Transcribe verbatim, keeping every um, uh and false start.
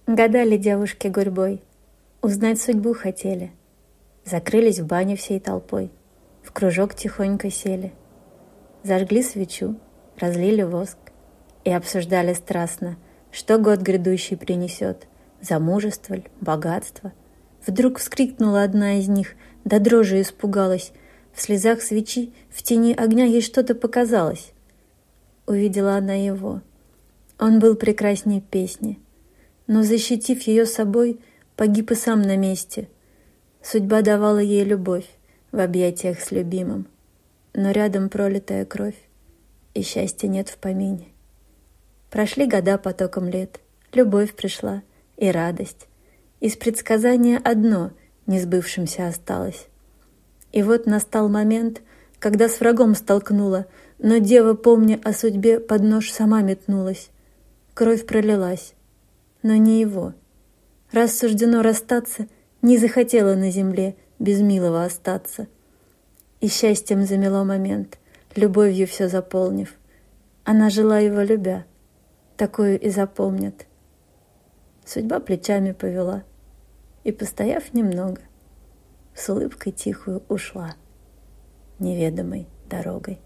Гадали девушки гурьбой, узнать судьбу хотели. Закрылись в бане всей толпой, в кружок тихонько сели. Зажгли свечу, разлили воск и обсуждали страстно, что год грядущий принесет, замужество ль, богатство. Вдруг вскрикнула одна из них, до дрожи испугалась. В слезах свечи, в тени огня ей что-то показалось. Увидела она его. Он был прекрасней песни, но, защитив ее собой, погиб и сам на месте. Судьба давала ей любовь в объятиях с любимым, но рядом пролитая кровь, и счастья нет в помине. Прошли года потоком лет, любовь пришла и радость. Из предсказания одно несбывшимся осталось. И вот настал момент, когда с врагом столкнула, но дева, помня о судьбе, под нож сама метнулась. Кровь пролилась, но не его. Раз суждено расстаться, не захотела на земле без милого остаться. И счастьем замело момент, любовью все заполнив. Она жила его любя, такую и запомнят. Судьба плечами повела, и, постояв немного, с улыбкой тихую ушла неведомой дорогой.